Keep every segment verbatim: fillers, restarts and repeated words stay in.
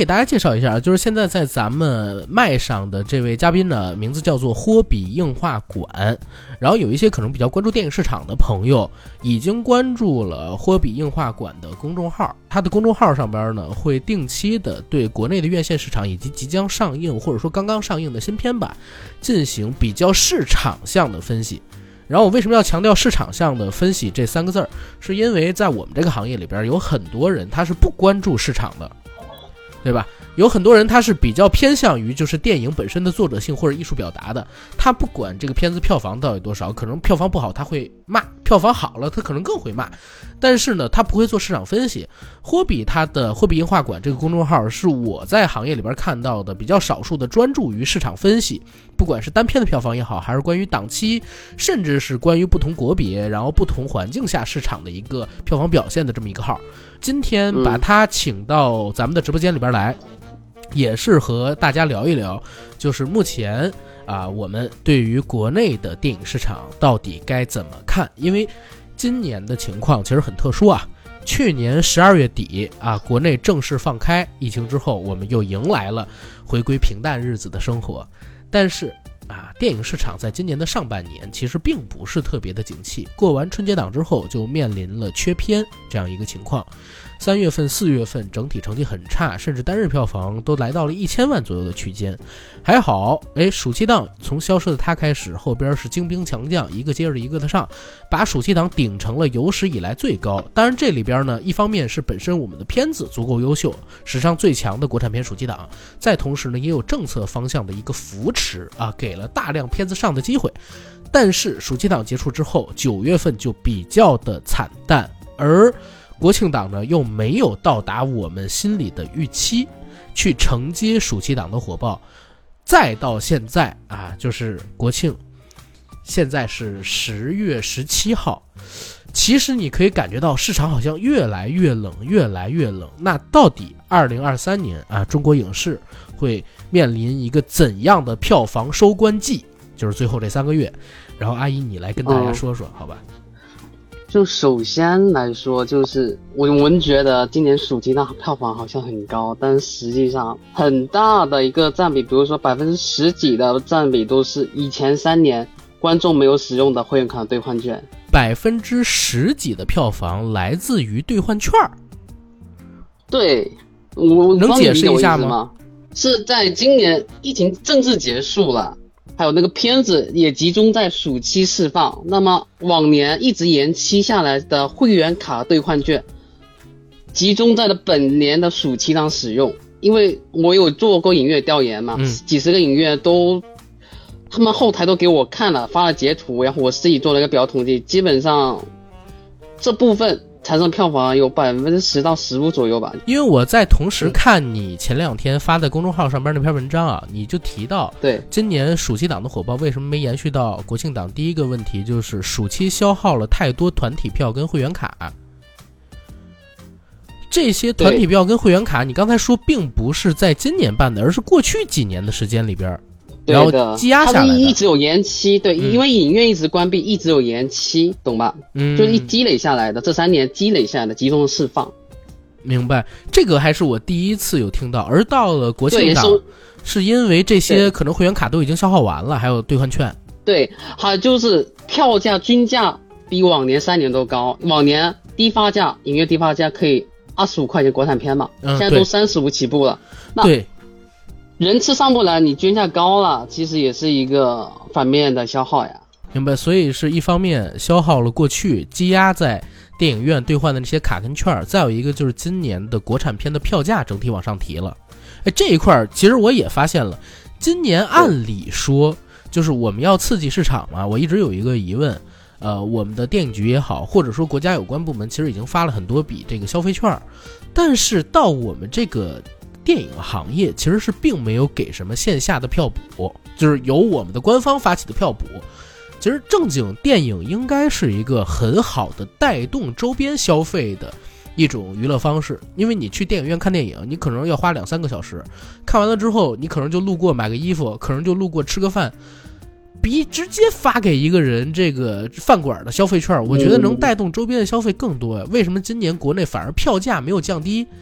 给大家介绍一下，就是现在在咱们麦上的这位嘉宾呢，名字叫做霍比映画馆。然后有一些可能比较关注电影市场的朋友，已经关注了霍比映画馆的公众号。他的公众号上边呢，会定期的对国内的院线市场以及即将上映或者说刚刚上映的新片吧，进行比较市场向的分析。然后我为什么要强调市场向的分析这三个字儿，是因为在我们这个行业里边有很多人他是不关注市场的，对吧？有很多人他是比较偏向于就是电影本身的作者性或者艺术表达的，他不管这个片子票房到底多少，可能票房不好他会骂，票房好了他可能更会骂，但是呢他不会做市场分析。霍比他的霍比映画馆这个公众号是我在行业里边看到的比较少数的专注于市场分析，不管是单片的票房也好，还是关于档期，甚至是关于不同国别然后不同环境下市场的一个票房表现的这么一个号。今天把他请到咱们的直播间里边来，也是和大家聊一聊，就是目前啊，我们对于国内的电影市场到底该怎么看？因为今年的情况其实很特殊啊。去年十二月底啊，国内正式放开，疫情之后，我们又迎来了回归平淡日子的生活。但是啊，电影市场在今年的上半年其实并不是特别的景气，过完春节档之后就面临了缺片这样一个情况。三月份、四月份整体成绩很差，甚至单日票房都来到了一千万左右的区间。还好，哎，暑期档从消失的他开始，后边是精兵强将，一个接着一个的上，把暑期档顶成了有史以来最高。当然，这里边呢，一方面是本身我们的片子足够优秀，史上最强的国产片暑期档，再同时呢，也有政策方向的一个扶持啊，给了大量片子上的机会。但是暑期档结束之后，九月份就比较的惨淡，而国庆档呢又没有到达我们心里的预期，去承接暑期档的火爆。再到现在啊，就是国庆，现在是十月十七号，其实你可以感觉到市场好像越来越冷，越来越冷。那到底二零二三年啊，中国影视会面临一个怎样的票房收官季？就是最后这三个月，然后阿姨你来跟大家说说，嗯、好吧？ 就首先来说，就是我我们觉得今年暑期档票房好像很高，但实际上很大的一个占比，比如说百分之十几的占比都是以前三年观众没有使用的会员卡兑换券， 百分之十几的票房来自于兑换券。 对，我能解释一下吗？ 是在今年疫情政治结束了。还有那个片子也集中在暑期释放，那么往年一直延期下来的会员卡兑换券集中在了本年的暑期档使用。因为我有做过影院调研嘛、嗯、几十个影院都他们后台都给我看了，发了截图，然后我自己做了一个表统计，基本上这部分产生票房有百分之十到十五左右吧。 因为我在同时看你前两天发在公众号上边那篇文章啊，你就提到， 对， 今年暑期档的火爆为什么没延续到国庆档？第一个问题就是暑期消耗了太多团体票跟会员卡。这些团体票跟会员卡，你刚才说并不是在今年办的，而是过去几年的时间里边。然后积压下来的， 它是一直有延期，对、嗯，因为影院一直关闭，一直有延期，懂吧？嗯，就是一积累下来的，这三年积累下来的集中的释放。 明白，这个还是我第一次有听到。而到了国庆档，是因为这些可能会员卡都已经消耗完了，还有兑换券。 对，还有就是票价均价比往年三年都高，往年低发价，影院低发价可以二十五块钱国产片嘛，嗯、现在都三十五起步了。那对。 人次上不来，你均价高了，其实也是一个反面的消耗呀。 明白，所以是一方面消耗了过去积压在电影院兑换的那些卡跟券，再有一个就是今年的国产片的票价整体往上提了。哎，这一块其实我也发现了，今年按理说就是我们要刺激市场嘛，我一直有一个疑问，呃，我们的电影局也好，或者说国家有关部门其实已经发了很多笔这个消费券，但是到我们这个电影行业其实是并没有给什么线下的票补，就是由我们的官方发起的票补。其实正经电影应该是一个很好的带动周边消费的一种娱乐方式，因为你去电影院看电影，你可能要花两三个小时，看完了之后你可能就路过买个衣服，可能就路过吃个饭，比直接发给一个人这个饭馆的消费券，我觉得能带动周边的消费更多呀。为什么今年国内反而票价没有降低，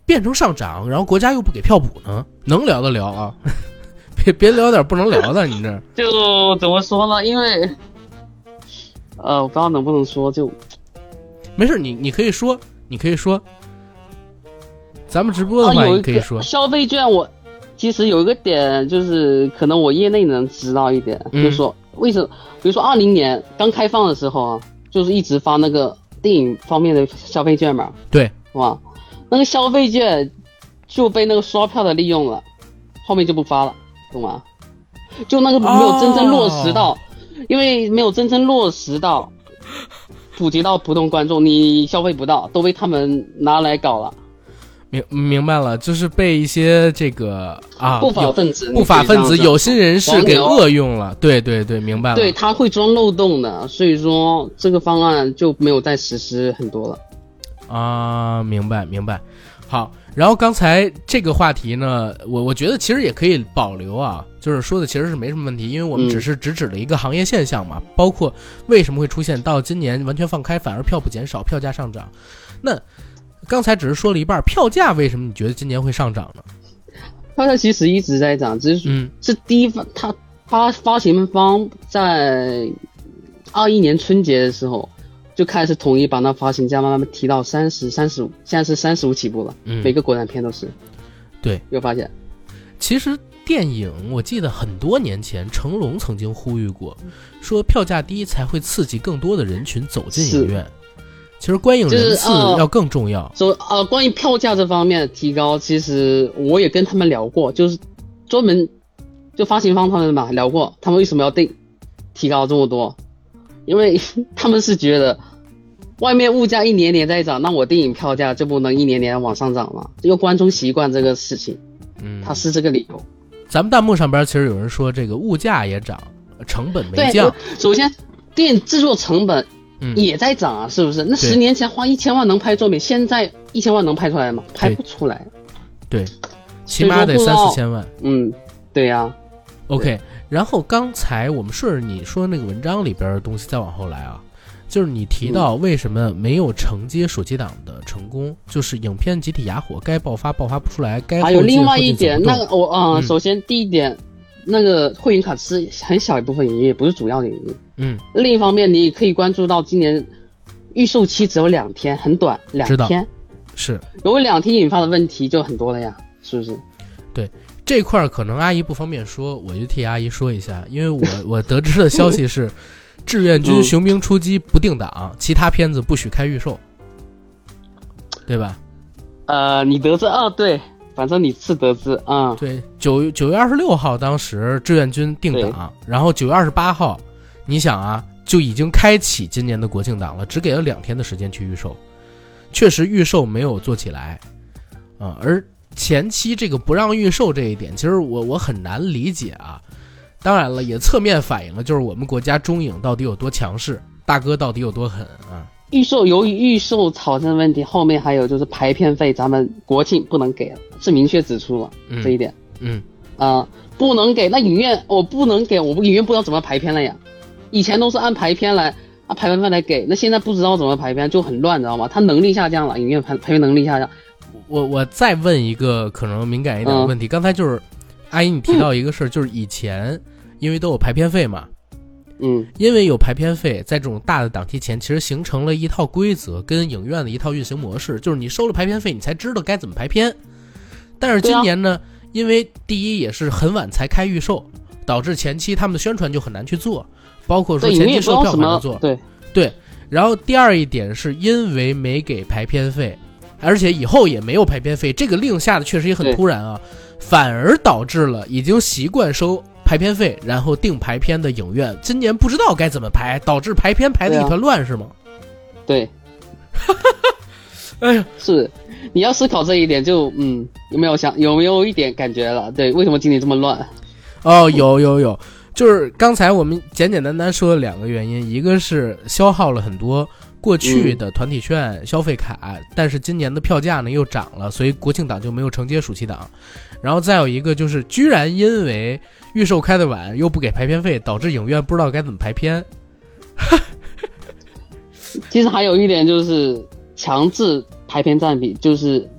变成上涨，然后国家又不给票补呢？能聊的聊啊，别别聊点不能聊的，你这就怎么说呢？因为，呃，我不知道能不能说，就没事，你你可以说，你可以说，咱们直播的话，你可以说。 消费券我其实有一个点，就是可能我业内能知道一点，嗯、就是说为什么，比如说二零年刚开放的时候啊，就是一直发那个电影方面的消费券嘛， 对， 哇，那个消费券就被那个刷票的利用了，后面就不发了，懂吗？就那个没有真正落实到，哦、因为没有真正落实到普及到普通观众，你消费不到，都被他们拿来搞了。 明明白了，就是被一些这个啊不法分子、 不法分子、有心人士给恶用了。对对对，明白了。 对，他会钻漏洞的，所以说这个方案就没有再实施很多了。 啊，明白明白。好，然后刚才这个话题呢，我我觉得其实也可以保留啊，就是说的其实是没什么问题，因为我们只是直指了一个行业现象嘛，嗯、包括为什么会出现到今年完全放开反而票不减少，票价上涨。那刚才只是说了一半，票价为什么你觉得今年会上涨呢？ 票价其实一直在涨，只是嗯，是第一方，他发发行方在二一年春节的时候就开始统一把那发行价慢慢提到三十、三十五，现在是三十五起步了。嗯，每个国产片都是。对，有发现。 其实电影，我记得很多年前成龙曾经呼吁过，说票价低才会刺激更多的人群走进影院。其实观影人次要更重要。 说、就是、呃，关于票价这方面的提高，其实我也跟他们聊过，就是专门就发行方他们嘛聊过，他们为什么要定提高这么多？因为他们是觉得外面物价一年年在涨，那我电影票价就不能一年年往上涨吗？因为观众习惯这个事情，嗯，他是这个理由。 咱们弹幕上边其实有人说这个物价也涨，成本没降。 对，首先电影制作成本。也在涨啊，是不是？那十年前花一千万能拍作品，现在一千万能拍出来吗？拍不出来。 对，起码得三四千万。 嗯，对呀、啊。 OK， 然后刚才我们顺着你说那个文章里边的东西再往后来啊，就是你提到为什么没有承接暑期档的成功，嗯、就是影片集体哑火，该爆发爆发不出来，该还有另外一点，那个我啊、呃嗯，首先第一点。那个会员卡是很小一部分营业，不是主要的营业。嗯。另一方面，你可以关注到今年预售期只有两天，很短，两天。 是。 由于两天引发的问题就很多了呀，是不是？ 对，这块可能阿姨不方便说，我就替阿姨说一下，因为我我得知的消息是，志愿军雄兵出击不定档，嗯、其他片子不许开预售，对吧？ 呃，你得知啊？对。反正你是得知啊、嗯， 对，九九月二十六号当时志愿军定档，然后九月二十八号，你想啊，就已经开启今年的国庆档了，只给了两天的时间去预售，确实预售没有做起来，啊、嗯，而前期这个不让预售这一点，其实我我很难理解啊。当然了，也侧面反映了就是我们国家中影到底有多强势，大哥到底有多狠啊。 预售由于预售产生问题，后面还有就是排片费，咱们国庆不能给了，是明确指出了、嗯、这一点。嗯，啊、呃，不能给，那影院我不能给，我影院不知道怎么排片了呀。以前都是按排片来，按排片费来给，那现在不知道怎么排片，就很乱，知道吗？他能力下降了，影院排排片能力下降。 我我再问一个可能敏感一点的问题，嗯、刚才就是阿姨你提到一个事儿、嗯，就是以前因为都有排片费嘛。 嗯， 因为有排片费，在这种大的档期前，其实形成了一套规则跟影院的一套运行模式，就是你收了排片费，你才知道该怎么排片。但是今年呢，啊、因为第一也是很晚才开预售，导致前期他们的宣传就很难去做，包括说前期售票很难做。 对对。然后第二一点是因为没给排片费，而且以后也没有排片费，这个令下的确实也很突然啊，反而导致了已经习惯收排片费然后定排片的影院今年不知道该怎么排，导致排片排的一团乱、啊、是吗？ 对。 哎呀， 是你要思考这一点就嗯有没有想有没有一点感觉了？对，为什么今年这么乱？ 哦，有有有，就是刚才我们简简单单说了两个原因，一个是消耗了很多过去的团体券、嗯、消费卡，但是今年的票价呢又涨了，所以国庆档就没有承接暑期档。然后再有一个就是居然因为预售开的晚又不给排片费，导致影院不知道该怎么排片。 其实还有一点就是强制排片占比，就是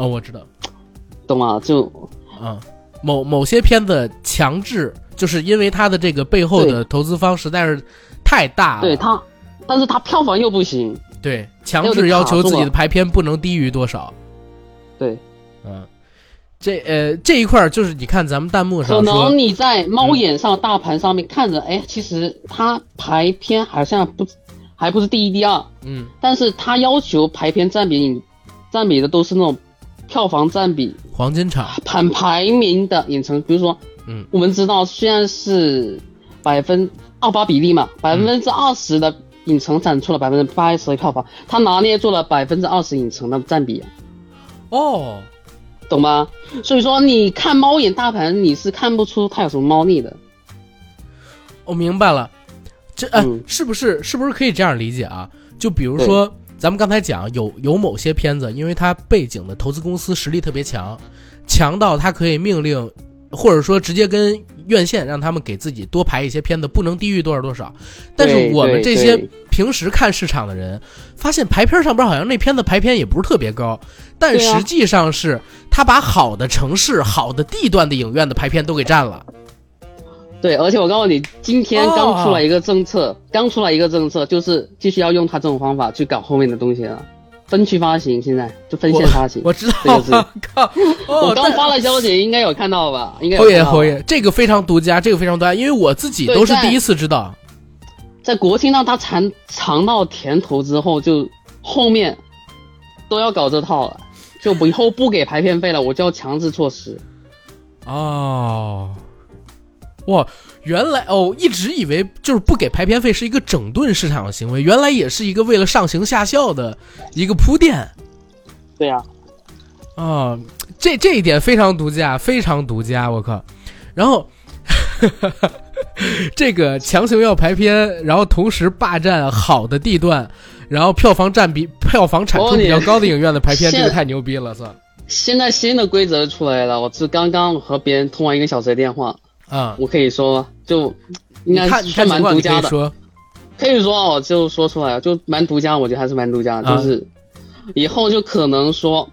哦，我知道， 懂吗？就嗯，某某些片子强制，就是因为它的这个背后的投资方实在是太大了， 对它，但是它票房又不行， 对，强制要求自己的排片不能低于多少， 对， 嗯。这呃这一块就是你看咱们弹幕上可说， 能你在猫眼上、大盘上面看着，哎、嗯，其实它排片好像不还不是第一、第二， 嗯， 但是它要求排片占比，占比的都是那种票房占比黄金场排排名的影城，比如说， 嗯， 我们知道虽然是百分二八比例嘛，百分之二十的影城产出了百分之八十的票房，它拿捏住了百分之二十影城的占比， 哦。 懂吗？所以说你看猫眼大盘，你是看不出它有什么猫腻的。 我、哦、明白了，这呃、 嗯， 是不是是不是可以这样理解啊？就比如说咱们刚才讲有有某些片子，因为它背景的投资公司实力特别强，强到它可以命令，或者说直接跟院线让他们给自己多排一些片子，不能低于多少多少。但是我们这些平时看市场的人，发现排片上边好像那片子排片也不是特别高，但实际上是他把好的城市、好的地段的影院的排片都给占了。 对，而且我告诉你，今天刚出来一个政策，哦、刚出来一个政策，就是继续要用他这种方法去搞后面的东西了。分区发行，现在就分线发行。 我, 我知道， 这个靠！哦、 我刚发了消息，应该有看到吧？应该有看到。侯爷，侯爷，这个非常独家，这个非常独家，因为我自己都是第一次知道。 在, 在国庆让他尝尝到甜头之后，就后面都要搞这套了，就以后不给排片费了，我就要强制措施。 哦，哇！原来哦，一直以为就是不给排片费是一个整顿市场的行为，原来也是一个为了上行下效的一个铺垫。 对呀、 啊，哦，这这一点非常独家，非常独家，我靠！然后这个强行要排片，然后同时霸占好的地段，然后票房占比、票房产出比较高的影院的排片，这个太牛逼了，算。 现在新的规则出来了，我是刚刚和别人通完一个小时的电话。 啊、嗯， 我可以说，就应该是蛮独家的。可以说，可以说哦，就说出来，就蛮独家，我觉得还是蛮独家的。啊、就是以后就可能说，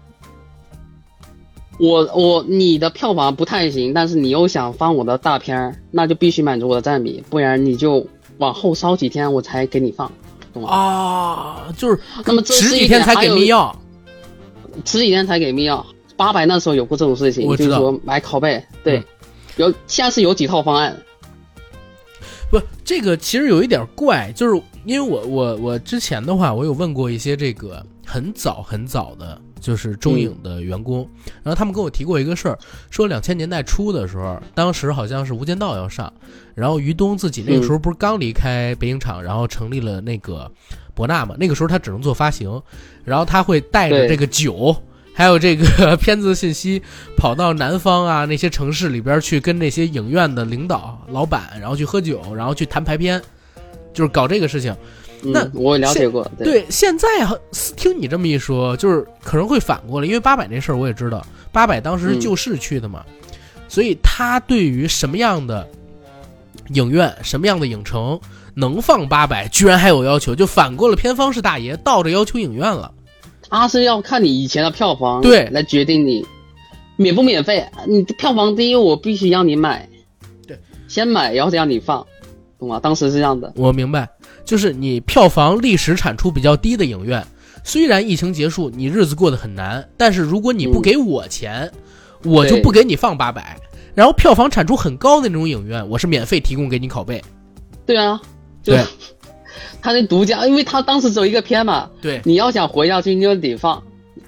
我我你的票房不太行，但是你又想放我的大片，那就必须满足我的占比，不然你就往后稍几天我才给你放，懂吗？ 啊，就是那么这十几天才给密钥， 十几天才给密钥。八百那时候有过这种事情，就是说买拷贝，对。嗯，有，现在是有几套方案， 不，这个其实有一点怪，就是因为我我我之前的话，我有问过一些这个很早很早的，就是中影的员工，嗯、然后他们跟我提过一个事儿，说两千年代初的时候，当时好像是《无间道》要上，然后于东自己那个时候不是刚离开北影厂，然后成立了那个博纳嘛，那个时候他只能做发行，然后他会带着这个酒。还有这个片子信息跑到南方啊那些城市里边去跟那些影院的领导老板然后去喝酒然后去谈排片，就是搞这个事情。 嗯、 那我了解过。 对, 对，现在听你这么一说就是可能会反过来，因为八百那事儿我也知道，八百当时是就市去的嘛、嗯、所以他对于什么样的影院什么样的影城能放八百居然还有要求，就反过了片方是大爷倒着要求影院了。 他是要看你以前的票房， 对， 来决定你免不免费。你票房低，我必须让你买， 对， 先买，然后再让你放，懂吗？当时是这样的。 我明白，就是你票房历史产出比较低的影院，虽然疫情结束，你日子过得很难，但是如果你不给我钱，嗯、我就不给你放八百。然后票房产出很高的那种影院，我是免费提供给你拷贝。 对啊，就对。 他那独家，因为他当时只有一个片嘛， 对， 你要想活下去，你就得放。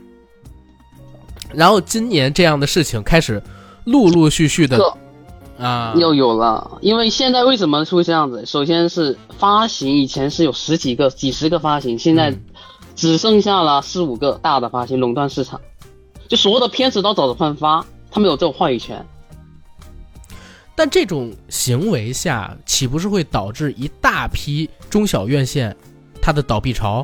然后今年这样的事情开始陆陆续续的啊， 又有了。因为现在为什么会这样子？首先是发行，以前是有十几个、几十个发行，现在只剩下了四五个大的发行，垄断市场，就所有的片子都找着换发，他们有这种话语权。 但这种行为下，岂不是会导致一大批中小院线它的倒闭潮？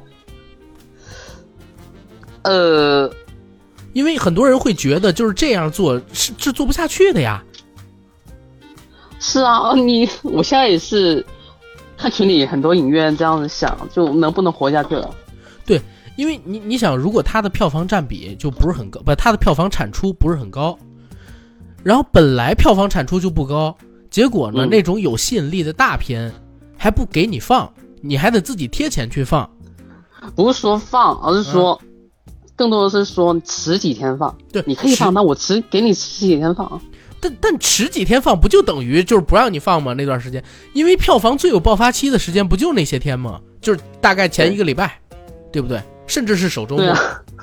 呃， 因为很多人会觉得就是这样做是是做不下去的呀。 是啊，你我现在也是看群里很多影院这样子想，就能不能活下去了。 对， 因为你你想，如果它的票房占比就不是很高，不，它的票房产出不是很高，然后本来票房产出就不高，结果呢， 嗯、 那种有吸引力的大片还不给你放，你还得自己贴钱去放。 不是说放，而是说，嗯、更多的是说迟几天放。 对， 你可以放，那我迟给你迟几天放。 但但迟几天放不就等于就是不让你放吗？那段时间，因为票房最有爆发期的时间不就那些天吗？就是大概前一个礼拜， 对, 对不对？甚至是首周末。 对啊，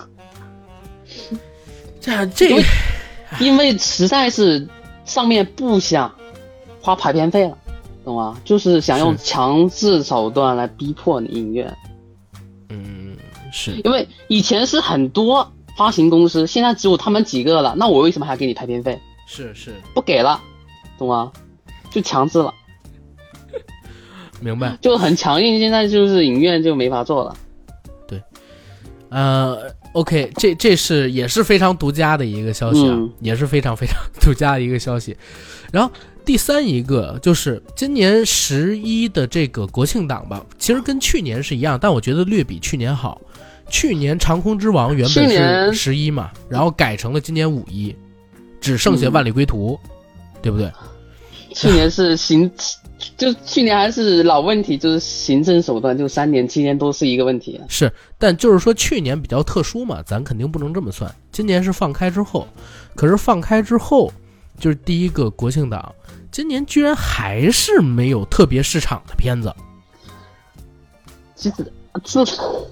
这样这因为因为实在是上面不想花排片费了，懂吗？就是想用强制手段来逼迫你影院。 嗯，是因为以前是很多发行公司，现在只有他们几个了，那我为什么还要给你排片费？ 是是， 不给了，懂吗？就强制了。 明白， 就很强硬，现在就是影院就没法做了。 对，呃 ，OK， 这这是也是非常独家的一个消息啊，嗯、也是非常非常独家的一个消息。然后第三一个就是今年十一的这个国庆档吧，其实跟去年是一样，但我觉得略比去年好。去年长空之王原本是十一嘛，然后改成了今年五一，只剩下万里归途，嗯、对不对？ 去年是行。就去年还是老问题，就是行政手段，就三年七年都是一个问题。 是，但就是说去年比较特殊嘛，咱肯定不能这么算。今年是放开之后，可是放开之后就是第一个国庆档，今年居然还是没有特别市场的片子。 其实就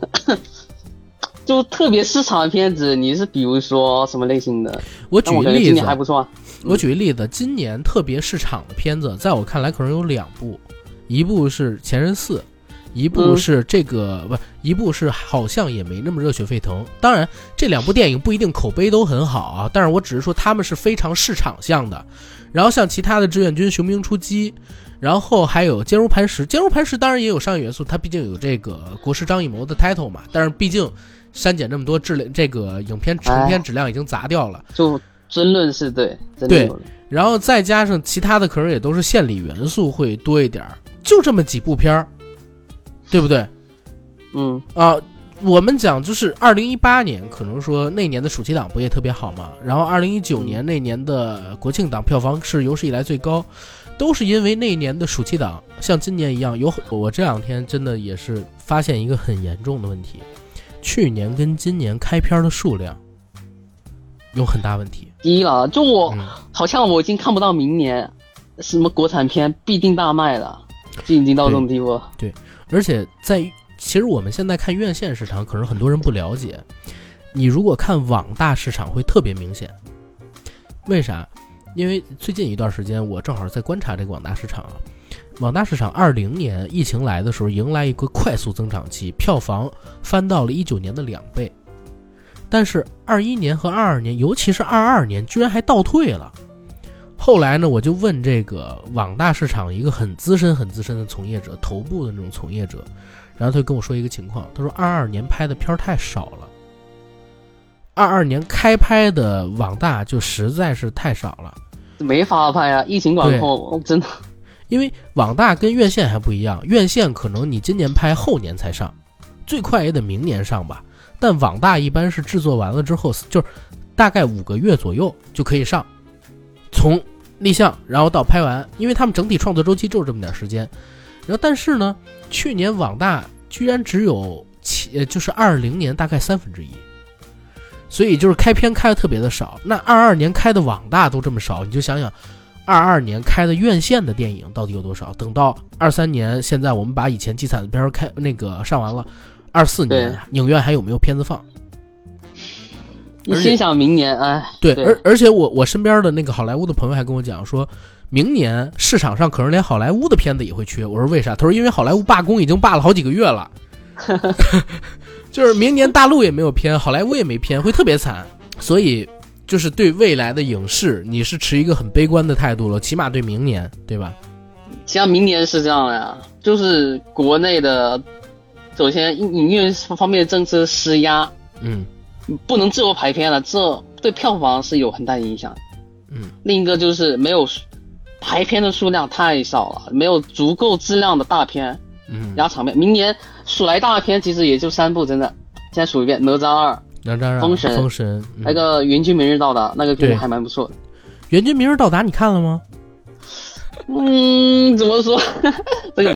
就特别市场的片子，你是比如说什么类型的？ 我举个例子， 今年还不错啊。 我举个例子，今年特别市场的片子，在我看来可能有两部，一部是《前任四》，一部是这个、嗯、不，一部是好像也没那么热血沸腾。当然，这两部电影不一定口碑都很好啊，但是我只是说他们是非常市场向的。然后像其他的志愿军雄兵出击，然后还有坚如磐石，坚如磐石当然也有商业元素，它毕竟有这个国师张艺谋的 title 嘛，但是毕竟删减这么多质量，这个影片成片质量已经砸掉了。 就争论是对， 对，然后再加上其他的可能也都是献礼元素会多一点，就这么几部片儿，对不对？ 嗯啊，我们讲就是二零一八年，可能说那年的暑期档不也特别好嘛，然后二零一九年那年的国庆档票房是有史以来最高，都是因为那年的暑期档像今年一样有。我这两天真的也是发现一个很严重的问题，去年跟今年开片的数量有很大问题。 低了，就我、嗯、好像我已经看不到明年什么国产片必定大卖了，就已经到这种地步。 对，对，而且在其实我们现在看院线市场，可能很多人不了解。你如果看网大市场会特别明显，为啥？因为最近一段时间我正好在观察这个网大市场啊。网大市场二零年疫情来的时候迎来一个快速增长期，票房翻到了一九年的两倍。但是二一年和二二年，尤其是二二年，居然还倒退了。后来呢，我就问这个网大市场一个很资深、很资深的从业者，头部的那种从业者，然后他就跟我说一个情况，他说二二年拍的片太少了，二二年开拍的网大就实在是太少了， 没法拍啊！疫情管控真的， 因为网大跟院线还不一样，院线可能你今年拍后年才上，最快也得明年上吧。但网大一般是制作完了之后，就是大概五个月左右就可以上，从立项然后到拍完，因为他们整体创作周期就是这么点时间。然后但是呢，去年网大居然只有七，就是二零年大概三分之一，所以就是开片开的特别的少。那二二年开的网大都这么少，你就想想二二年开的院线的电影到底有多少？等到二三年，现在我们把以前积攒的片开那个上完了。二四年影院还有没有片子放？ 你心想明年，哎， 对，而而且我我身边的那个好莱坞的朋友还跟我讲说，明年市场上可能连好莱坞的片子也会缺。我说为啥？他说因为好莱坞罢工已经罢了好几个月了，就是明年大陆也没有片，好莱坞也没片，会特别惨。所以就是对未来的影视，你是持一个很悲观的态度了，起码对明年，对吧？ 起码明年是这样的呀，就是国内的。首先影院方面的政策施压， 嗯， 不能自由排片了，这对票房是有很大影响。 嗯， 另一个就是没有排片的数量太少了，没有足够质量的大片， 嗯， 压场面。明年数来大片其实也就三部，真的再数一遍，哪吒二、 哪吒二、 封神、 封神，嗯、 那个援军明日到达，那个片还蛮不错的。 援军明日到达你看了吗？ 嗯，怎么说？这个